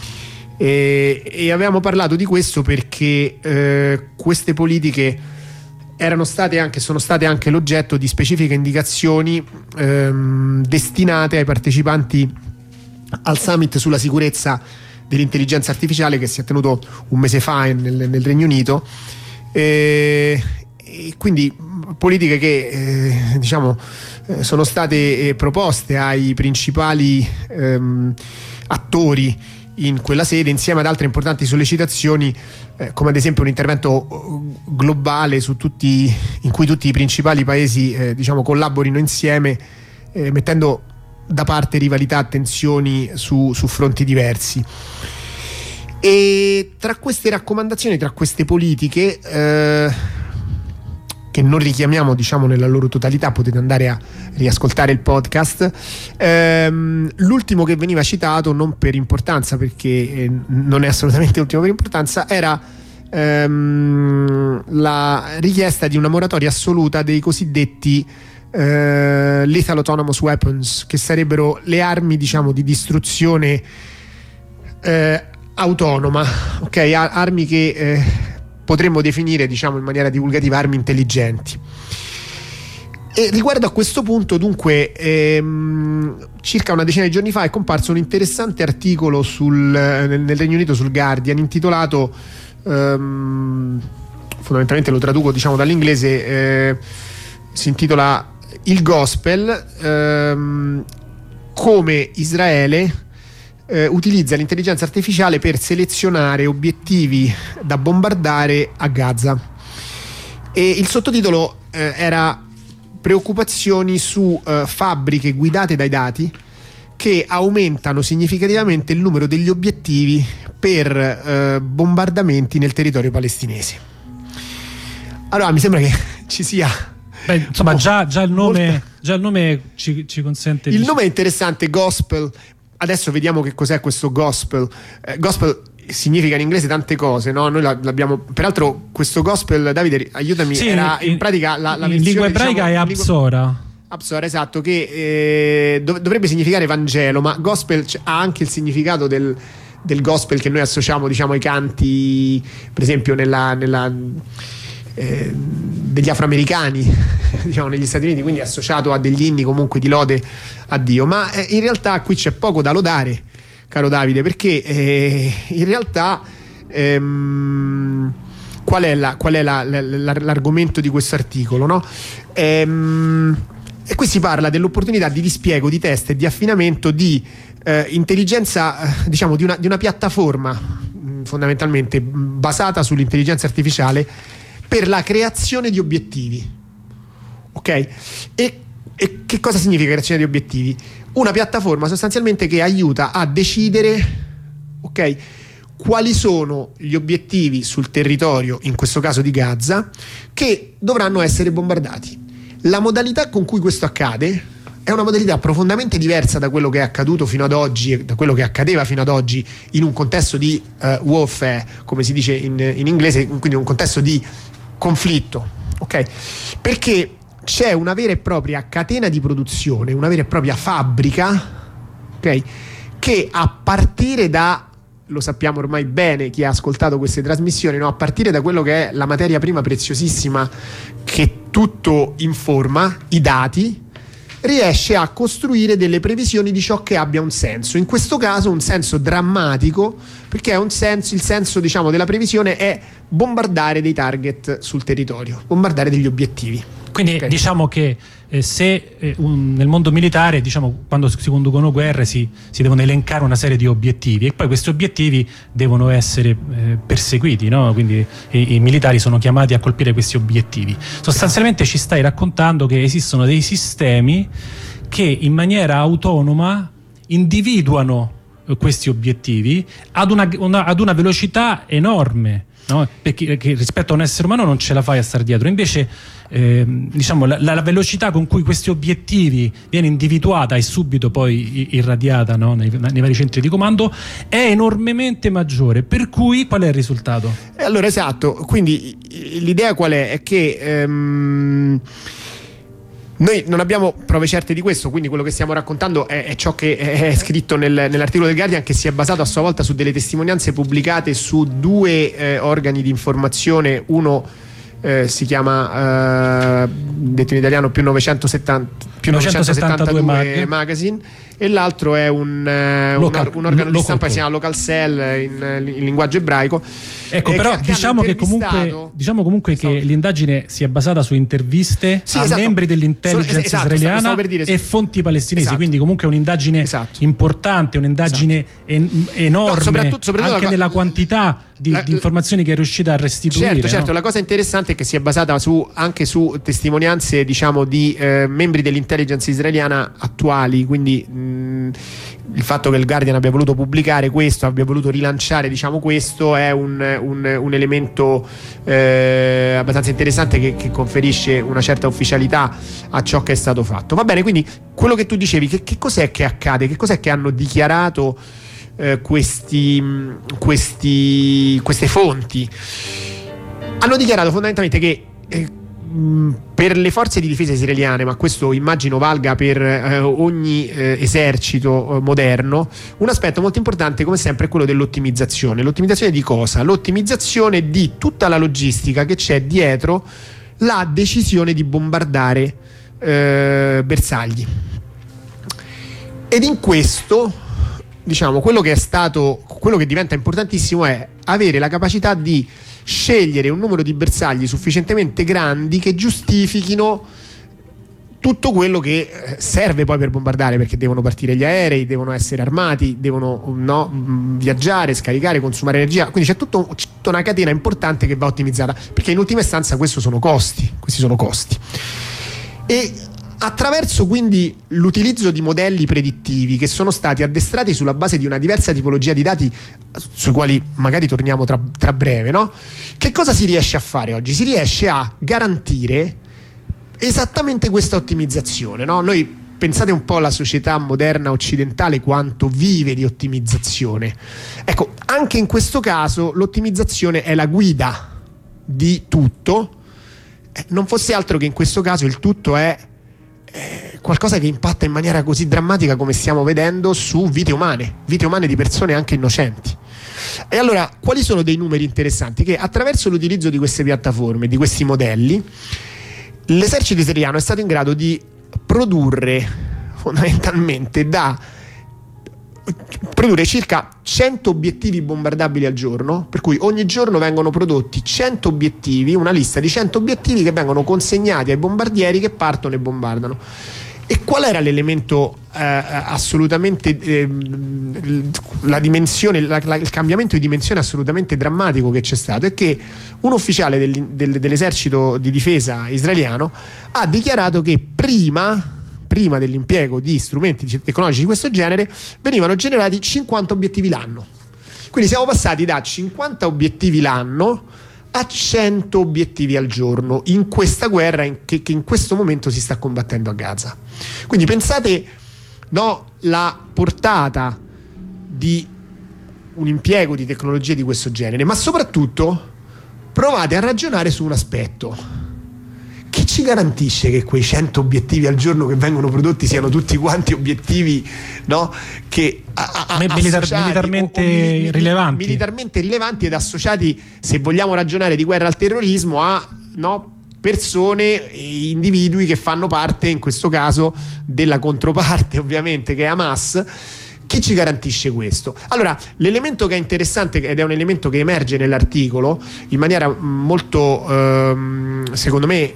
E avevamo parlato di questo perché queste politiche sono state anche l'oggetto di specifiche indicazioni destinate ai partecipanti al summit sulla sicurezza dell'intelligenza artificiale che si è tenuto un mese fa nel Regno Unito, e quindi politiche che sono state proposte ai principali attori in quella sede, insieme ad altre importanti sollecitazioni, come ad esempio un intervento globale in cui tutti i principali paesi collaborino insieme, mettendo da parte rivalità, tensioni su fronti diversi. E tra queste raccomandazioni, tra queste politiche, che non richiamiamo nella loro totalità, potete andare a riascoltare il podcast, l'ultimo che veniva citato, non per importanza perché non è assolutamente l'ultimo per importanza, era la richiesta di una moratoria assoluta dei cosiddetti lethal autonomous weapons, che sarebbero le armi di distruzione autonoma, ok? Armi che potremmo definire in maniera divulgativa armi intelligenti. E riguardo a questo punto, dunque, circa una decina di giorni fa è comparso un interessante articolo nel Regno Unito sul Guardian, intitolato, fondamentalmente lo traduco dall'inglese, si intitola "Il Gospel, come Israele utilizza l'intelligenza artificiale per selezionare obiettivi da bombardare a Gaza". E il sottotitolo era "Preoccupazioni su fabbriche guidate dai dati che aumentano significativamente il numero degli obiettivi per bombardamenti nel territorio palestinese". Allora mi sembra che ci sia insomma già il nome ci consente il nome è interessante, Gospel. Adesso vediamo che cos'è questo Gospel. Gospel significa in inglese tante cose, no? Noi l'abbiamo, peraltro questo Gospel, Davide aiutami, sì, era in pratica la in lingua ebraica è Absora. Absora, esatto, che dovrebbe significare Vangelo, ma Gospel ha anche il significato del Gospel che noi associamo ai canti, per esempio degli afroamericani negli Stati Uniti, quindi associato a degli inni comunque di lode a Dio. Ma in realtà qui c'è poco da lodare, caro Davide, perché in realtà qual è l'argomento di questo articolo, no? E qui si parla dell'opportunità di dispiego, di test e di affinamento di intelligenza, di una piattaforma fondamentalmente basata sull'intelligenza artificiale per la creazione di obiettivi. Ok? E che cosa significa creazione di obiettivi? Una piattaforma sostanzialmente che aiuta a decidere, ok, quali sono gli obiettivi sul territorio, in questo caso di Gaza, che dovranno essere bombardati. La modalità con cui questo accade è una modalità profondamente diversa da quello che è accaduto fino ad oggi, da quello che accadeva fino ad oggi in un contesto di warfare, come si dice in inglese, quindi un contesto di conflitto, ok? Perché c'è una vera e propria catena di produzione, una vera e propria fabbrica, ok? Che a partire da, lo sappiamo ormai bene chi ha ascoltato queste trasmissioni, no? A partire da quello che è la materia prima preziosissima che tutto informa, i dati, riesce a costruire delle previsioni di ciò che abbia un senso. In questo caso un senso drammatico, perché è il senso diciamo della previsione è bombardare dei target sul territorio, bombardare degli obiettivi. Quindi diciamo che nel mondo militare, diciamo, quando si conducono guerre si devono elencare una serie di obiettivi e poi questi obiettivi devono essere perseguiti, no? Quindi i militari sono chiamati a colpire questi obiettivi. Sostanzialmente ci stai raccontando che esistono dei sistemi che in maniera autonoma individuano questi obiettivi ad una velocità enorme, no? Perché rispetto a un essere umano non ce la fai a stare dietro. Invece diciamo la velocità con cui questi obiettivi viene individuata e subito poi irradiata, no? nei vari centri di comando è enormemente maggiore. Per cui qual è il risultato? Allora esatto, quindi l'idea qual è? È che noi non abbiamo prove certe di questo, quindi quello che stiamo raccontando è ciò che è scritto nell'articolo del Guardian, che si è basato a sua volta su delle testimonianze pubblicate su due organi di informazione. Uno si chiama detto in italiano più 972 Magazine, e l'altro è un organo di stampa che si chiama Local Cell in linguaggio ebraico. Ecco, però diciamo comunque che l'indagine si è basata su interviste a membri dell'intelligence israeliana e fonti palestinesi, quindi comunque è un'indagine importante, un'indagine enorme, soprattutto anche nella quantità di informazioni che è riuscita a restituire. Certo, la cosa interessante è che si è basata anche su testimonianze, diciamo, di membri dell'intelligence israeliana attuali, quindi il fatto che il Guardian abbia voluto pubblicare questo, abbia voluto rilanciare, diciamo, questo è un elemento abbastanza interessante che conferisce una certa ufficialità a ciò che è stato fatto. Va bene, quindi quello che tu dicevi, che cos'è che accade? Che cos'è che hanno dichiarato queste fonti? Hanno dichiarato fondamentalmente che per le forze di difesa israeliane, ma questo immagino valga per ogni esercito moderno, un aspetto molto importante come sempre è quello dell'ottimizzazione. L'ottimizzazione di cosa? L'ottimizzazione di tutta la logistica che c'è dietro la decisione di bombardare bersagli. Ed in questo, diciamo, quello che diventa importantissimo è avere la capacità di scegliere un numero di bersagli sufficientemente grandi che giustifichino tutto quello che serve poi per bombardare, perché devono partire gli aerei, devono essere armati, devono viaggiare, scaricare, consumare energia, quindi c'è tutta una catena importante che va ottimizzata, perché in ultima istanza questi sono costi. E attraverso quindi l'utilizzo di modelli predittivi che sono stati addestrati sulla base di una diversa tipologia di dati, sui quali magari torniamo tra breve, no? Che cosa si riesce a fare oggi? Si riesce a garantire esattamente questa ottimizzazione, no? Noi pensate un po' alla società moderna occidentale quanto vive di ottimizzazione. Ecco, anche in questo caso l'ottimizzazione è la guida di tutto, non fosse altro che in questo caso il tutto è qualcosa che impatta in maniera così drammatica come stiamo vedendo su vite umane di persone anche innocenti. E allora quali sono dei numeri interessanti? Che attraverso l'utilizzo di queste piattaforme, di questi modelli, l'esercito israeliano è stato in grado di produrre fondamentalmente circa 100 obiettivi bombardabili al giorno, per cui ogni giorno vengono prodotti 100 obiettivi, una lista di 100 obiettivi che vengono consegnati ai bombardieri che partono e bombardano. E qual era l'elemento assolutamente la dimensione, il cambiamento di dimensione assolutamente drammatico che c'è stato? È che un ufficiale dell'esercito di difesa israeliano ha dichiarato che prima dell'impiego di strumenti tecnologici di questo genere venivano generati 50 obiettivi l'anno. Quindi siamo passati da 50 obiettivi l'anno a 100 obiettivi al giorno in questa guerra che in questo momento si sta combattendo a Gaza. Quindi pensate, no, la portata di un impiego di tecnologie di questo genere, ma soprattutto provate a ragionare su un aspetto. Chi ci garantisce che quei 100 obiettivi al giorno che vengono prodotti siano tutti quanti obiettivi, no, che militarmente rilevanti? Militarmente rilevanti ed associati, se vogliamo ragionare di guerra al terrorismo, a, no, persone e individui che fanno parte, in questo caso, della controparte, ovviamente, che è Hamas. Chi ci garantisce questo? Allora, l'elemento che è interessante, ed è un elemento che emerge nell'articolo in maniera molto, secondo me,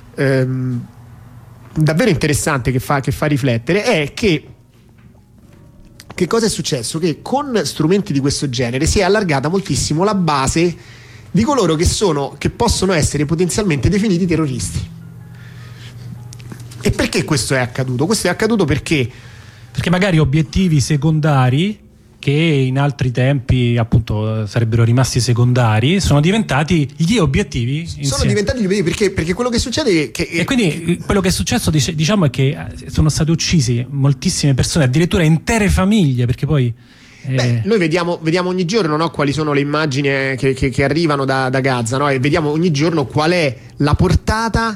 davvero interessante, che fa riflettere, è che cosa è successo? Che con strumenti di questo genere si è allargata moltissimo la base di coloro che possono essere potenzialmente definiti terroristi. E perché questo è accaduto? Questo è accaduto perché magari obiettivi secondari, che in altri tempi appunto sarebbero rimasti secondari, sono diventati gli obiettivi insieme. Sono diventati gli obiettivi perché quello che succede e quindi quello che è successo, diciamo, è che sono state uccisi moltissime persone, addirittura intere famiglie, perché poi noi vediamo ogni giorno, no, quali sono le immagini che arrivano da Gaza, no? E vediamo ogni giorno qual è la portata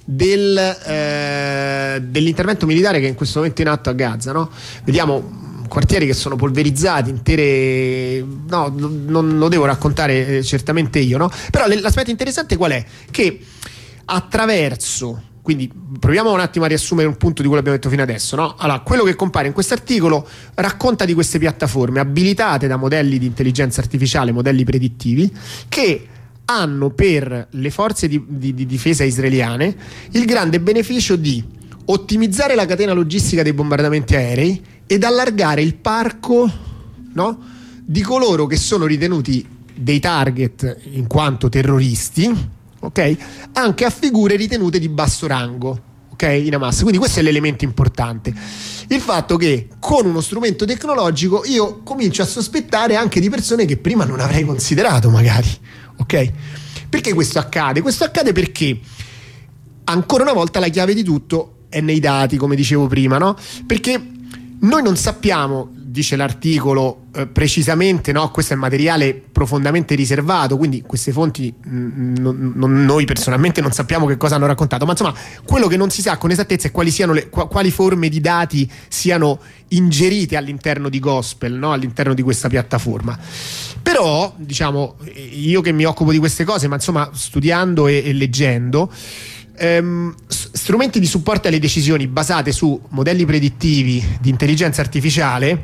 dell'intervento militare che è in questo momento in atto a Gaza, no? Vediamo quartieri che sono polverizzati, intere, no, non lo devo raccontare certamente io, no? Però l'aspetto interessante qual è? Che attraverso, quindi proviamo un attimo a riassumere un punto di quello che abbiamo detto fino adesso, no? Allora, quello che compare in questo articolo racconta di queste piattaforme abilitate da modelli di intelligenza artificiale, modelli predittivi, che hanno per le forze di difesa israeliane il grande beneficio di ottimizzare la catena logistica dei bombardamenti aerei ed allargare il parco, no, di coloro che sono ritenuti dei target in quanto terroristi, ok, anche a figure ritenute di basso rango, ok, in Hamas. Quindi questo è l'elemento importante, il fatto che con uno strumento tecnologico io comincio a sospettare anche di persone che prima non avrei considerato, magari, ok? Perché questo accade? Questo accade perché ancora una volta la chiave di tutto è nei dati, come dicevo prima, no? Perché noi non sappiamo, dice l'articolo, precisamente, no? Questo è materiale profondamente riservato, quindi queste fonti noi personalmente non sappiamo che cosa hanno raccontato, ma insomma quello che non si sa con esattezza è quali siano quali forme di dati siano ingerite all'interno di Gospel, no? All'interno di questa piattaforma. Però, diciamo, io che mi occupo di queste cose, ma insomma studiando e leggendo, strumenti di supporto alle decisioni basate su modelli predittivi di intelligenza artificiale,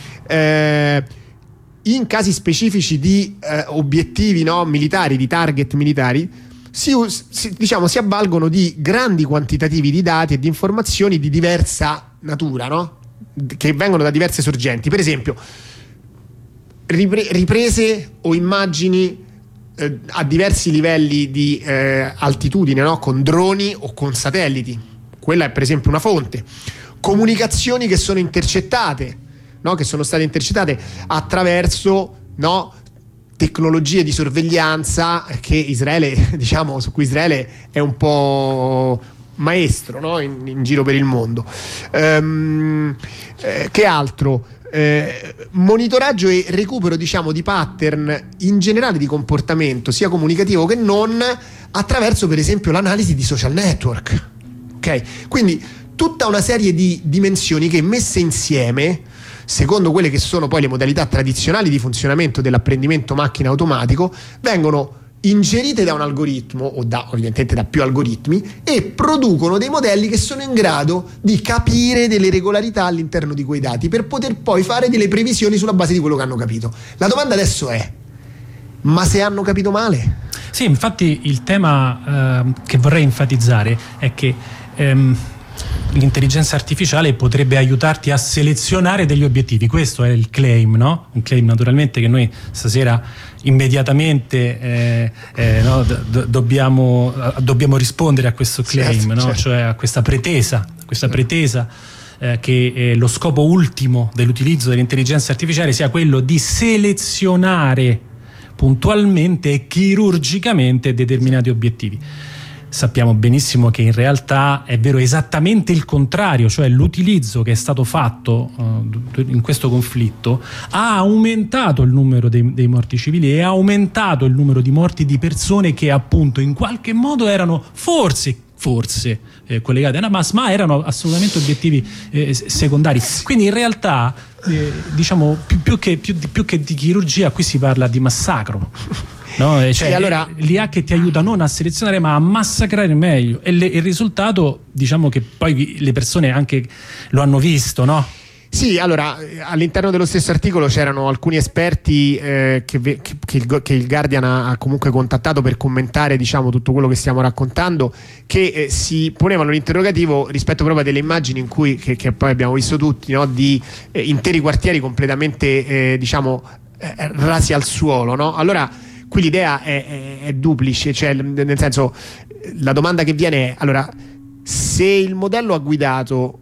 in casi specifici di obiettivi, no, militari, di target militari, si avvalgono di grandi quantitativi di dati e di informazioni di diversa natura, no? Che vengono da diverse sorgenti. Per esempio, riprese o immagini a diversi livelli di altitudine, no? Con droni o con satelliti. Quella è per esempio una fonte. Comunicazioni che sono intercettate, no? Che sono state intercettate attraverso, no, tecnologie di sorveglianza che Israele, diciamo, su cui Israele è un po' maestro, no? in giro per il mondo. Che altro? Monitoraggio e recupero, diciamo, di pattern in generale di comportamento, sia comunicativo che non, attraverso per esempio l'analisi di social network, ok? Quindi tutta una serie di dimensioni che, messe insieme secondo quelle che sono poi le modalità tradizionali di funzionamento dell'apprendimento macchina automatico, vengono ingerite da un algoritmo o ovviamente da più algoritmi, e producono dei modelli che sono in grado di capire delle regolarità all'interno di quei dati per poter poi fare delle previsioni sulla base di quello che hanno capito. La domanda adesso è: ma se hanno capito male? Sì, infatti il tema che vorrei enfatizzare è che l'intelligenza artificiale potrebbe aiutarti a selezionare degli obiettivi. Questo è il claim, no? Un claim naturalmente che noi stasera immediatamente dobbiamo rispondere a questo claim, certo, no? Certo. Cioè a questa pretesa che lo scopo ultimo dell'utilizzo dell'intelligenza artificiale sia quello di selezionare puntualmente e chirurgicamente determinati obiettivi. Sappiamo benissimo che in realtà è vero esattamente il contrario, cioè l'utilizzo che è stato fatto in questo conflitto ha aumentato il numero dei morti civili e ha aumentato il numero di morti di persone che appunto in qualche modo erano forse collegate a Hamas, ma erano assolutamente obiettivi secondari. Quindi in realtà diciamo più che di chirurgia qui si parla di massacro, no? Cioè, allora, l'IA che ti aiuta non a selezionare ma a massacrare meglio, e il risultato, diciamo che poi le persone anche lo hanno visto, no? Sì, allora all'interno dello stesso articolo c'erano alcuni esperti che il Guardian ha comunque contattato per commentare, diciamo, tutto quello che stiamo raccontando, che si ponevano l'interrogativo rispetto proprio a delle immagini in cui che poi abbiamo visto tutti, no? Di interi quartieri completamente rasi al suolo, no? Allora qui l'idea è duplice, cioè nel senso, la domanda che viene è: allora, se il modello ha guidato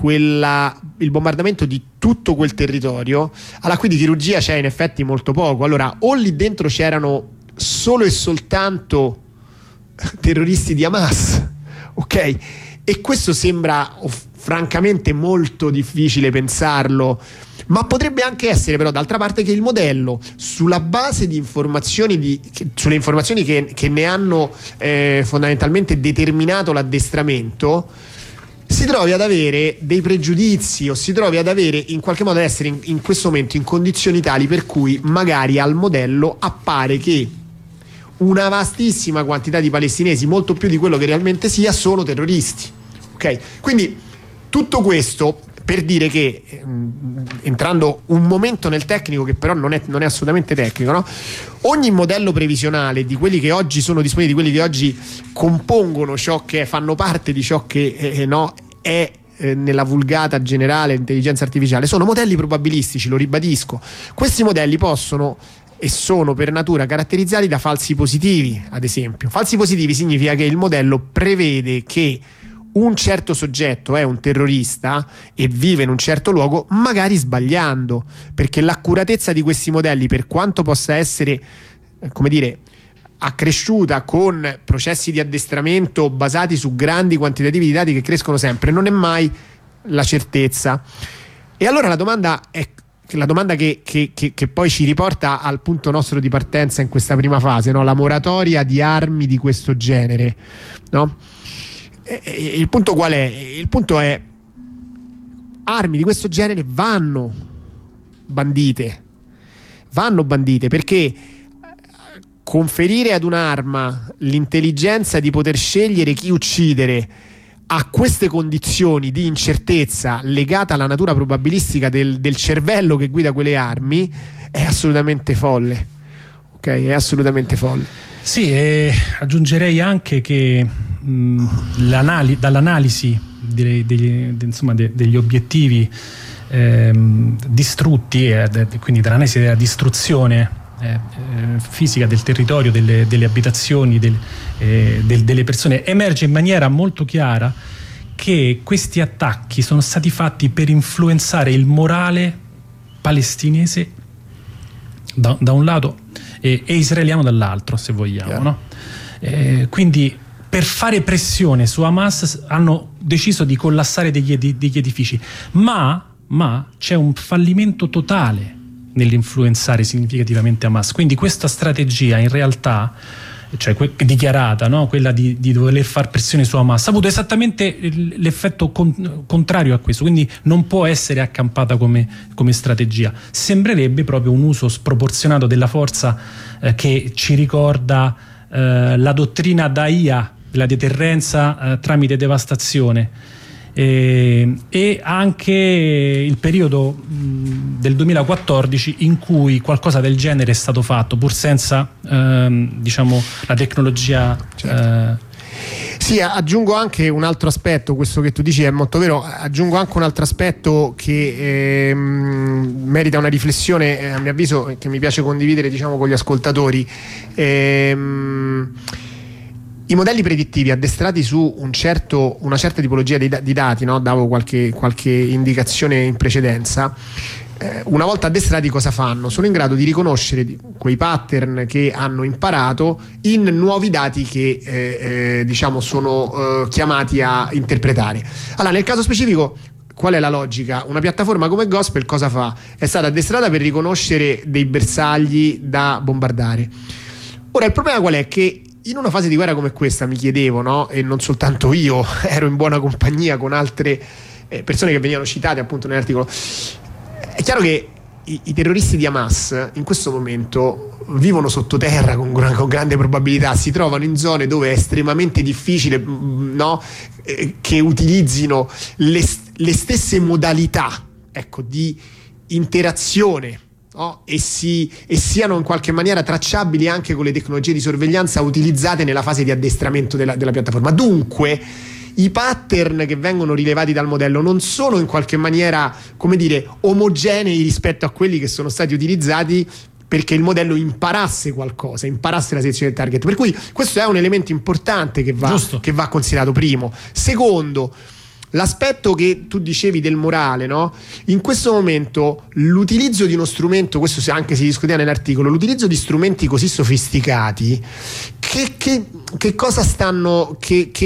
il bombardamento di tutto quel territorio, allora qui di chirurgia c'è in effetti molto poco. Allora, o lì dentro c'erano solo e soltanto terroristi di Hamas, ok? E questo sembra francamente molto difficile pensarlo, ma potrebbe anche essere però d'altra parte che il modello, sulla base di sulle informazioni che ne hanno fondamentalmente determinato l'addestramento, si trovi ad avere dei pregiudizi, o si trovi ad avere in qualche modo ad essere in questo momento in condizioni tali per cui magari al modello appare che una vastissima quantità di palestinesi, molto più di quello che realmente sia, sono terroristi, ok? Quindi tutto questo per dire che, entrando un momento nel tecnico che però non è assolutamente tecnico, no? Ogni modello previsionale di quelli che oggi sono disponibili, di quelli che oggi compongono ciò che fanno parte di ciò che è nella vulgata generale intelligenza artificiale, sono modelli probabilistici, lo ribadisco. Questi modelli possono e sono per natura caratterizzati da falsi positivi, ad esempio. Falsi positivi significa che il modello prevede che un certo soggetto è un terrorista e vive in un certo luogo, magari sbagliando, perché l'accuratezza di questi modelli, per quanto possa essere, come dire, accresciuta con processi di addestramento basati su grandi quantitativi di dati che crescono sempre, non è mai la certezza. E allora la domanda che poi ci riporta al punto nostro di partenza in questa prima fase, no? La moratoria di armi di questo genere, no? Il punto qual è? Il punto è: armi di questo genere vanno bandite, perché conferire ad un'arma l'intelligenza di poter scegliere chi uccidere a queste condizioni di incertezza legata alla natura probabilistica del cervello che guida quelle armi è assolutamente folle, ok? È assolutamente folle. Sì, e aggiungerei anche che dall'analisi degli obiettivi distrutti, quindi dall'analisi della distruzione fisica del territorio, delle abitazioni, delle persone, emerge in maniera molto chiara che questi attacchi sono stati fatti per influenzare il morale palestinese da un lato e israeliano dall'altro, se vogliamo, no? Quindi per fare pressione su Hamas hanno deciso di collassare degli edifici, ma c'è un fallimento totale nell'influenzare significativamente Hamas. Quindi questa strategia in realtà, cioè dichiarata, no? Quella di voler far pressione su Hamas, ha avuto esattamente l'effetto contrario a questo, quindi non può essere accampata come strategia. Sembrerebbe proprio un uso sproporzionato della forza che ci ricorda la dottrina Daia, la deterrenza tramite devastazione, e anche il periodo del 2014 in cui qualcosa del genere è stato fatto, pur senza diciamo la tecnologia. Certo. Sì, aggiungo anche un altro aspetto, questo che tu dici è molto vero, aggiungo anche un altro aspetto che merita una riflessione, a mio avviso, che mi piace condividere, diciamo, con gli ascoltatori. I modelli predittivi addestrati su una certa tipologia di dati, no? Davo qualche indicazione in precedenza. Una volta addestrati cosa fanno? Sono in grado di riconoscere quei pattern che hanno imparato in nuovi dati che diciamo sono chiamati a interpretare. Allora, nel caso specifico, qual è la logica? Una piattaforma come Gospel cosa fa? È stata addestrata per riconoscere dei bersagli da bombardare. Ora, il problema qual è? Che in una fase di guerra come questa, mi chiedevo, no? E non soltanto io, ero in buona compagnia con altre persone che venivano citate appunto nell'articolo. È chiaro che i terroristi di Hamas in questo momento vivono sottoterra con grande probabilità, si trovano in zone dove è estremamente difficile, no? Che utilizzino le stesse modalità, ecco, di interazione, no? E siano in qualche maniera tracciabili anche con le tecnologie di sorveglianza utilizzate nella fase di addestramento della piattaforma. Dunque i pattern che vengono rilevati dal modello non sono in qualche maniera, come dire, omogenei rispetto a quelli che sono stati utilizzati perché il modello imparasse qualcosa, imparasse la selezione del target. Per cui questo è un elemento importante che va considerato, primo. Secondo, l'aspetto che tu dicevi del morale, no? In questo momento l'utilizzo di uno strumento, questo anche si discuteva nell'articolo, l'utilizzo di strumenti così sofisticati che cosa stanno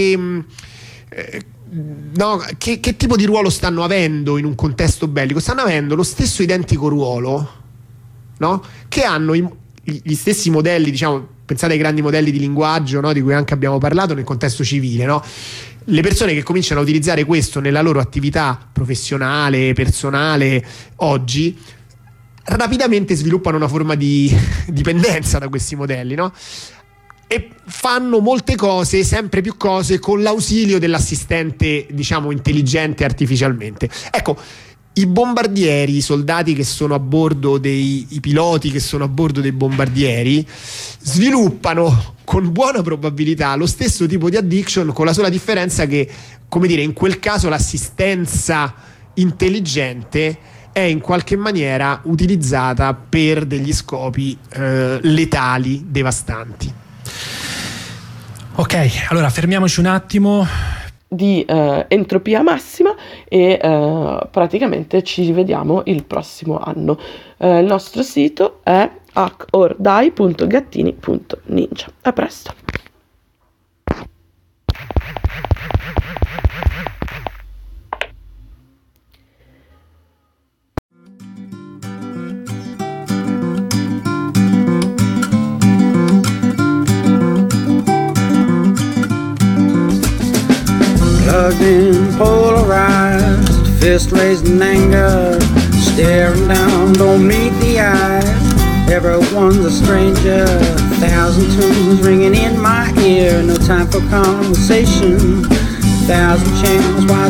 che tipo di ruolo stanno avendo in un contesto bellico? Stanno avendo lo stesso identico ruolo, no? Che hanno gli stessi modelli, diciamo, pensate ai grandi modelli di linguaggio, no? Di cui anche abbiamo parlato nel contesto civile, no? Le persone che cominciano a utilizzare questo nella loro attività professionale, personale, oggi rapidamente sviluppano una forma di dipendenza da questi modelli, no? E fanno molte cose, sempre più cose, con l'ausilio dell'assistente, diciamo, intelligente artificialmente. Ecco, i bombardieri, i soldati che sono a bordo i piloti che sono a bordo dei bombardieri, sviluppano con buona probabilità lo stesso tipo di addiction, con la sola differenza che, come dire, in quel caso l'assistenza intelligente è in qualche maniera utilizzata per degli scopi letali, devastanti. Ok, allora fermiamoci un attimo. Di entropia massima e praticamente ci vediamo il prossimo anno. Il nostro sito è hackordie.gattini.ninja. A presto. Plugged in, polarized, fist raised in anger, staring down, don't meet the eyes. Everyone's a stranger, 1,000 tunes ringing in my ear. No time for conversation, 1,000 channels wide.